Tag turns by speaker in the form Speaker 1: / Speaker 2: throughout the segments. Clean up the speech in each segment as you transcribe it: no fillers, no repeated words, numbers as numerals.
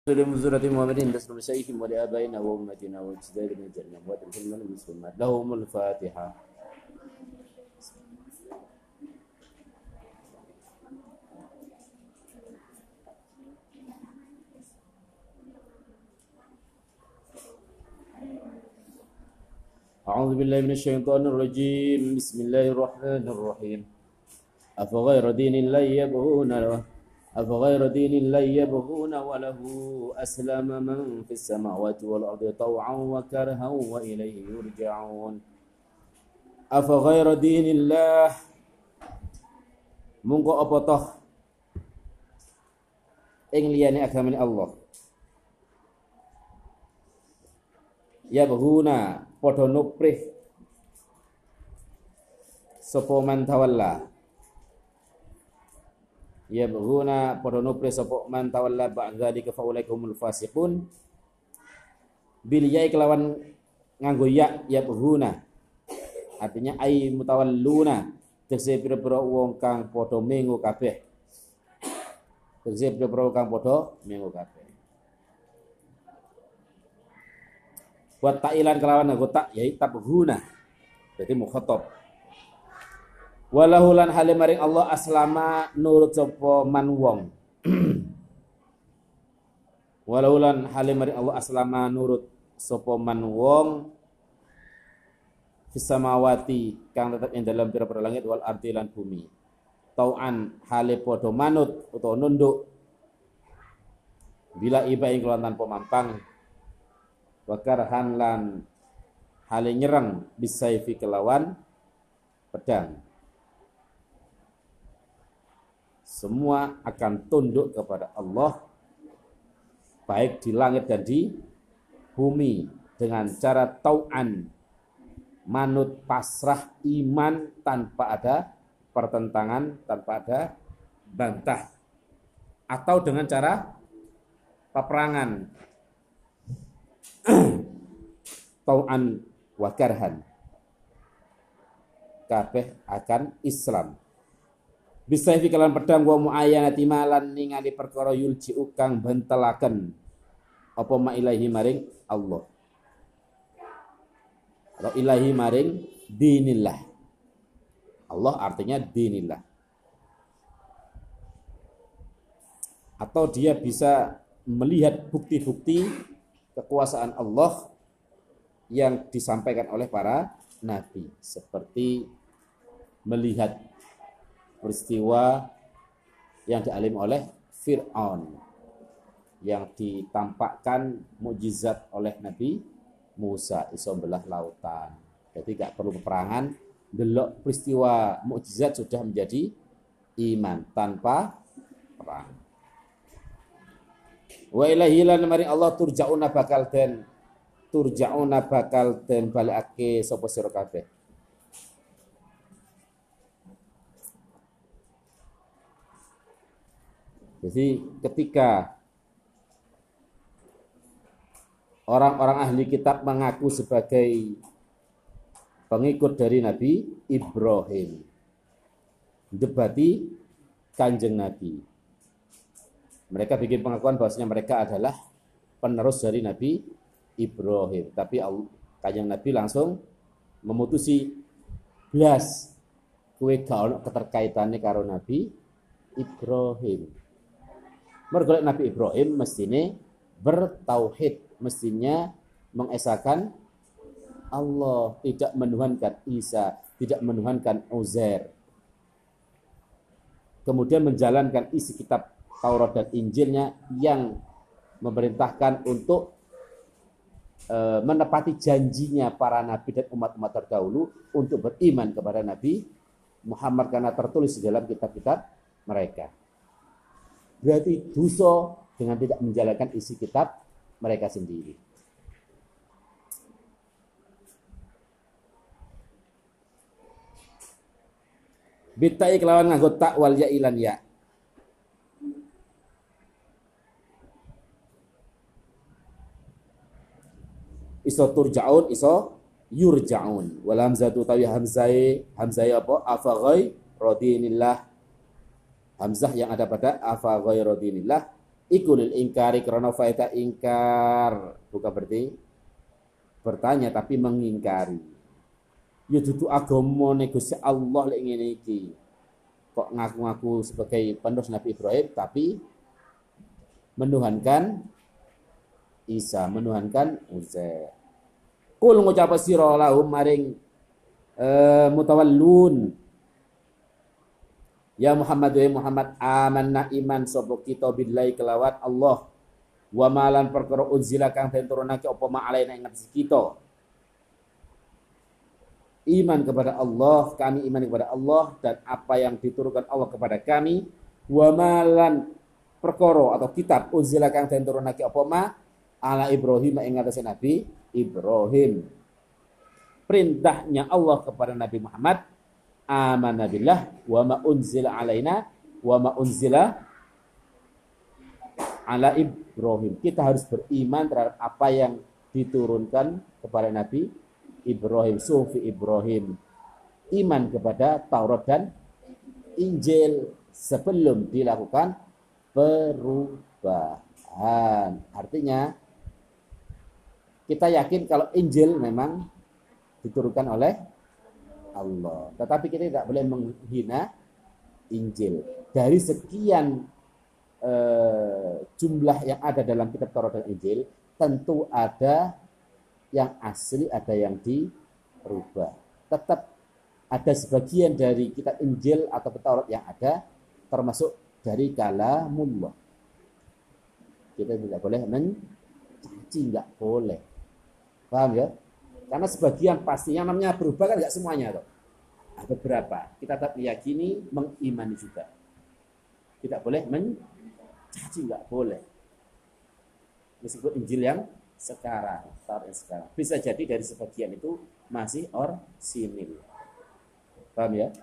Speaker 1: لمزورة محمد نسل شيخهم ولآبائنا وأمتنا واجتهادنا جلنا وادخلنا المسلمات لهم الفاتحة. أعوذ بالله من الشيطان الرجيم. بسم الله الرحمن الرحيم. أفغير دين الله يبغون أفغير دين الله يبغون وله أسلم من في السماوات والأرض طوعا وكرها وإليه يرجعون. أفغير دين الله mungko apa toh ing liyane agamane Allah yabghuna padha nuprih sapa man tawalla yabghuna padha nuprih sapa man tawalla ba'da dzalika faulaikumul fasiqun bil ya kelawan nganggo ya yabghuna artinya ai mutawalluna tegese pira-pira wong kang padha mengo kabeh tegese pira-pira kang padha mengo kabeh buat ta'ilan kelawan nganggo tak yaitu tabghuna berarti mukhatab walahu lan hale maring Allah aslama nurut sapa man wong walahu lan hale maring Allah aslama nurut sapa man wong fis samawati kang tetep ing dalam pira-pira langit wal ardi lan bumi tau'an hale padha manut utawa nunduk bila iba ing kelawan tanpa mampang wakarhan lan hale nyerang bisaifi kelawan pedang semua akan tunduk kepada Allah baik di langit dan di bumi dengan cara tau'an manut pasrah iman tanpa ada pertentangan tanpa ada bantah atau dengan cara peperangan tau'an wa karhan kabeh akan Islam bisa fikalan pedang wa muayyanati malan ningali perkara yulji kang bentelaken apa ma ilahi maring Allah atau ilahi maring dinillah Allah artinya dinillah atau dia bisa melihat bukti-bukti kekuasaan Allah yang disampaikan oleh para nabi seperti melihat peristiwa yang dialami oleh Fir'aun yang ditampakkan mukjizat oleh Nabi Musa iso belah lautan. Jadi gak perlu peperangan, delok peristiwa mukjizat sudah menjadi iman tanpa perang. Wa ilahi lan mari Allah turja'una bakal den balekake sapa sira kabeh. Jadi ketika orang-orang ahli kitab mengaku sebagai pengikut dari Nabi Ibrahim, debati Kanjeng Nabi. Mereka bikin pengakuan bahwasanya mereka adalah penerus dari Nabi Ibrahim. Tapi Kanjeng Nabi langsung memutusi blas kowe gak ono keterkaitannya karo Nabi Ibrahim. Mergo Nabi Ibrahim mestine bertauhid, mestinya mengesahkan Allah, tidak menuhankan Isa, tidak menuhankan Uzair. Kemudian menjalankan isi kitab Taurat dan Injilnya yang memerintahkan untuk menepati janjinya para nabi dan umat-umat terdahulu untuk beriman kepada Nabi Muhammad karena tertulis di dalam kitab-kitab mereka. Berarti dosa dengan tidak menjalankan isi kitab mereka sendiri. Bitai kelawan nganggo tak wal ya ilan ya. Iso turja'un, iso yurja'un. Wal hamzatu tawi hamzai apa? Afaghai radinillah Hamzah yang ada pada afa ghairu dinillah iku lil ingkari krana faedah ingkar, bukan berarti bertanya tapi mengingkari. Ya dudu agamane Gusti Allah lek ngene iki. Kok ngaku-ngaku sebagai penerus Nabi Ibrahim tapi menuhankan Isa, menuhankan Uzair. Kul ngucap sira lahum maring mutawallun. Ya Muhammad wa Muhammad amanna iman sapa kita billahi kelawat Allah wa malan perkara unzila kang den turunake apa ma alaina ing atas kita. Iman kepada Allah, kami iman kepada Allah dan apa yang diturunkan Allah kepada kami, wa malan perkara atau kitab unzila kang den turunake apa ma ala Ibrahim ing atas Nabi Ibrahim. Perintahnya Allah kepada Nabi Muhammad, amanna billah wa ma unzila alaina wa ma unzila ala Ibrahim. Kita harus beriman terhadap apa yang diturunkan kepada Nabi Ibrahim, sufi Ibrahim. Iman kepada Taurat dan Injil sebelum dilakukan perubahan. Artinya kita yakin kalau Injil memang diturunkan oleh Allah. Tetapi kita tidak boleh menghina Injil. Dari sekian jumlah yang ada dalam kitab Taurat dan Injil, tentu ada yang asli, ada yang dirubah. Tetap ada sebagian dari kitab Injil atau Taurat yang ada, termasuk dari kalamullah. Kita tidak boleh mencaci, nggak boleh. Paham ya? Karena sebagian pasti yang namanya berubah kan nggak semuanya toh. Ada beberapa. Kita tetap meyakini, mengimani juga. Tidak boleh mencaci, nggak boleh. Meskipun Injil yang sekarang, Taurat yang sekarang. Bisa jadi dari sebagian itu masih orsinil. Paham ya?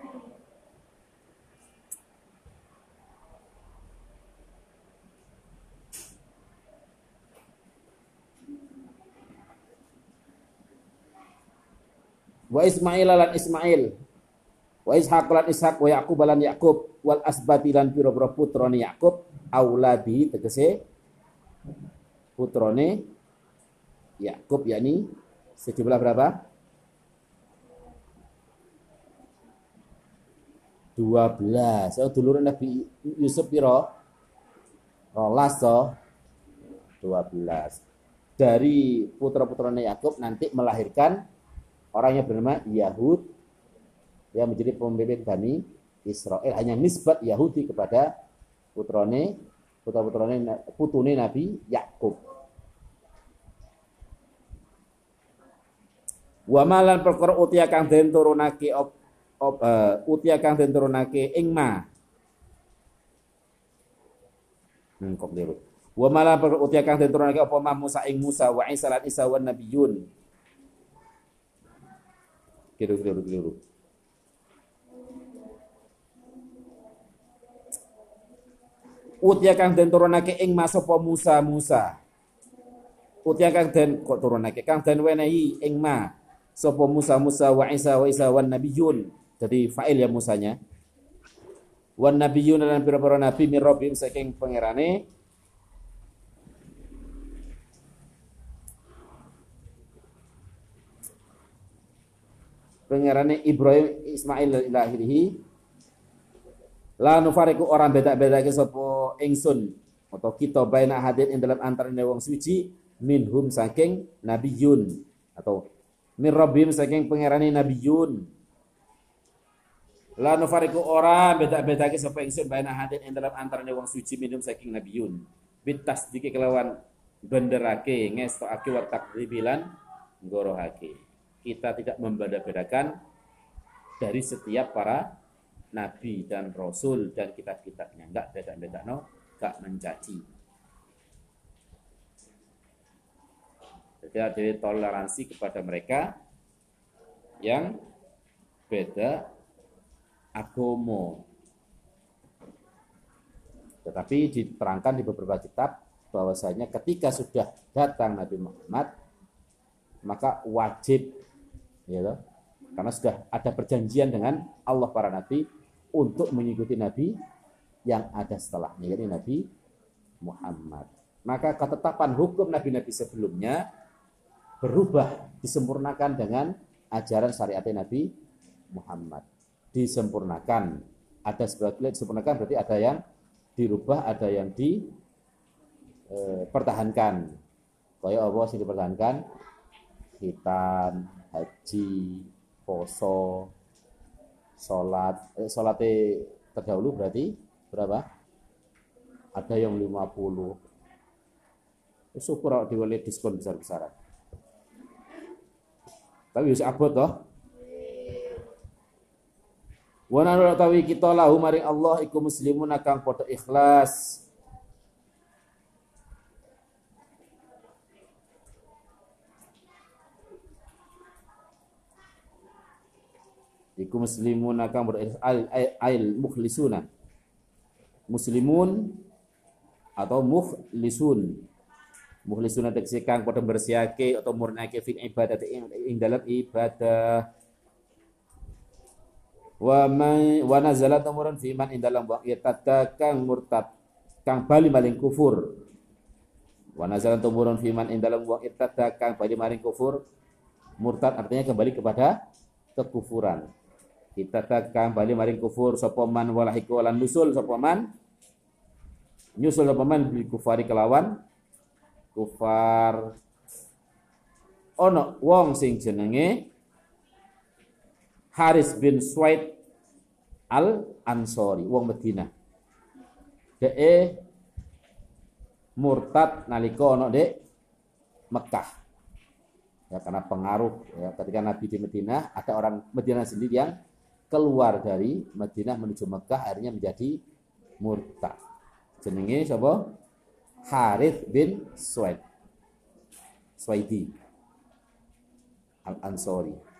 Speaker 1: Wa Ismail lan Ismail, wa Ishaq lan Ishaq, wa Yaqub lan Yaqub, wal asbati lan pira-pira putrane Yaqub, auladi tegese putrane Yakub, yakni sejumlah berapa? 12. Oh, dulur Nabi Yusuf piro? 12. Dari putra-putranya Yakub nanti melahirkan orang yang bernama Yahud yang menjadi pemimpin Bani Israel. Hanya nisbat Yahudi kepada putune Nabi Yakub. Wa malan perkara utia kang den turunake ing ma. Kok keliru. Wa malan perkara utia kang den turunake apa ma Musa ing Musa wa Isa lan Isa wan nabiyun. Keliru. Utia kang den turunake ing ma sapa Musa. Utia kang den kok turunake kang den wenehi ing ma sapa Musa wa Isa wan nabiyun. Jadi fa'il ya Musanya. Wan nabiyun lan pira-pira nabi min rabbihim saking pangerane. Pangerane Ibrahim Ismail ilahirihi. La nufariku orang beda-bedake sapa ingsun atau kita baina hadin ing dalam antarane wong suci minhum saking nabiyun atau min rabbihim saking pangerane nabiyun. La nufariku ora beda-bedake sapa ingsun baina hadin ing dalam antarane wong suci minhum saking nabiyun. Bitasdiki kelawan benderake ngestokake wa takdzibilan ngorohake. Kita tidak membeda-bedakan dari setiap para nabi dan rasul dan kitab-kitabnya. Enggak beda-bedano, enggak mencaci. Jadi ada toleransi kepada mereka yang beda agama. Tetapi diterangkan di beberapa kitab bahwasanya ketika sudah datang Nabi Muhammad maka wajib ya, karena sudah ada perjanjian dengan Allah para nabi untuk mengikuti nabi yang ada setelahnya, yaitu Nabi Muhammad. Maka ketetapan hukum nabi-nabi sebelumnya berubah, disempurnakan dengan ajaran syariat Nabi Muhammad. Disempurnakan. Ada sebagian disempurnakan berarti ada yang dirubah, ada yang dipertahankan. Kaya apa sih dipertahankan? Khitan, haji, poso, salat. Salatnya terdahulu berarti berapa? Ada yang 50. Syukur kalau diwali diskon besar-besaran. Tapi wis abot toh. Wa nanu tawi kita lahu maring Allah iku muslimun kang padha ikhlas. Iku muslimun kang al mukhlisuna. Muslimun atau mukhlisun. Mukhlisuna tegese kang padha bersihake atau murnake fi ibadah ing dalam ibadah. Wa nazala tamurun fi man indalam wa yatada kang murtad kang bali maling kufur. Wa nazala tamurun fi man indalam wa yatada kang bali maling kufur. Murtad artinya kembali kepada kekufuran. Kita kang bali maring kufur sapa man walahiku lan nusul sapa man nyusul sapa man bil kufari kelawan kufar. Ono wong sing jenenge Haris bin Suwaid al-Ansori, wong Madinah. Deke murtad nalika ana dek Mekah. Ya, karena pengaruh ya, ketika Nabi di Madinah, ada orang Madinah sendiri yang keluar dari Madinah menuju Mekah, akhirnya menjadi murtad. Jenenge sapa? Harits bin Suwaid. Suwaidi al-Ansori.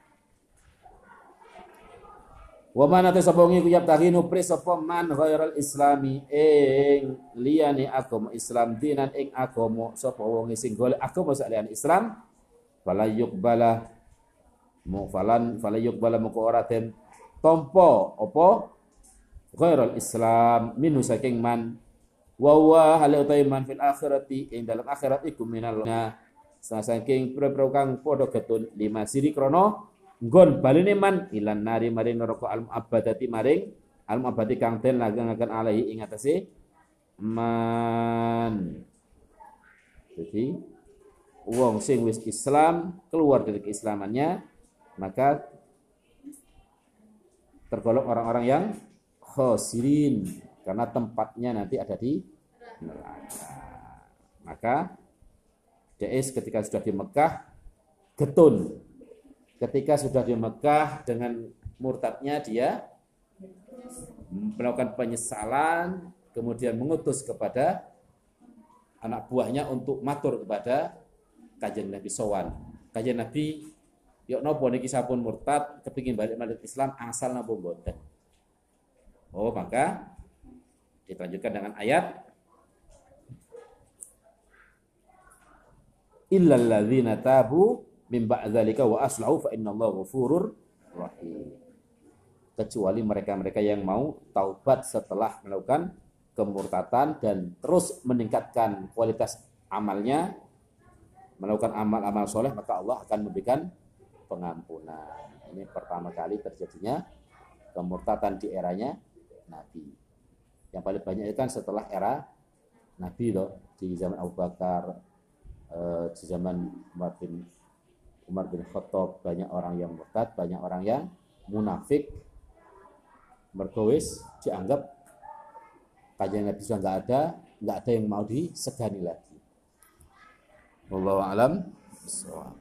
Speaker 1: Wa man atasabungi kuyap tahinu pres sapa man ghairal islami ing liyane agama Islam dinan ing agama sapa wong sing golek agama saliyane Islam fala yuqbala muko ora den tampa apa ghairal Islam minhu saking man wa wa hal utai man fil akhirati ing dalam akhirat iku minal saking pro kang padha getun lima siri krana nggon baline man ilan nari maring neraka al abadati maring al abadi kang den lagengaken alaihi ing atase man. Jadi wong sing wis Islam keluar dari keislamannya maka tergolong orang-orang yang khosirin karena tempatnya nanti ada di neraka. Maka DS ketika sudah di Mekah getun. Ketika sudah di Mekah dengan murtadnya dia melakukan penyesalan, kemudian mengutus kepada anak buahnya untuk matur kepada kajian Nabi Sowan. Kajian Nabi, yuk nopo niki sampun murtad, kepingin balik Islam, asal napa mboten. Oh, maka dilanjutkan dengan ayat illal ladzina tabu min ba'dzalika wa aslahu fa innallaha ghafurur rahim. Kecuali mereka-mereka yang mau taubat setelah melakukan kemurtatan dan terus meningkatkan kualitas amalnya, melakukan amal-amal soleh, maka Allah akan memberikan pengampunan. Ini pertama kali terjadinya kemurtatan di eranya Nabi. Yang paling banyak itu kan setelah era Nabi loh, di zaman Abu Bakar, di zaman Umar bin Khattab, banyak orang yang murtad, banyak orang yang munafik. Mergowis dianggap kajian Nabi sudah nggak ada yang mau disegani lagi. Wallahu a'lam.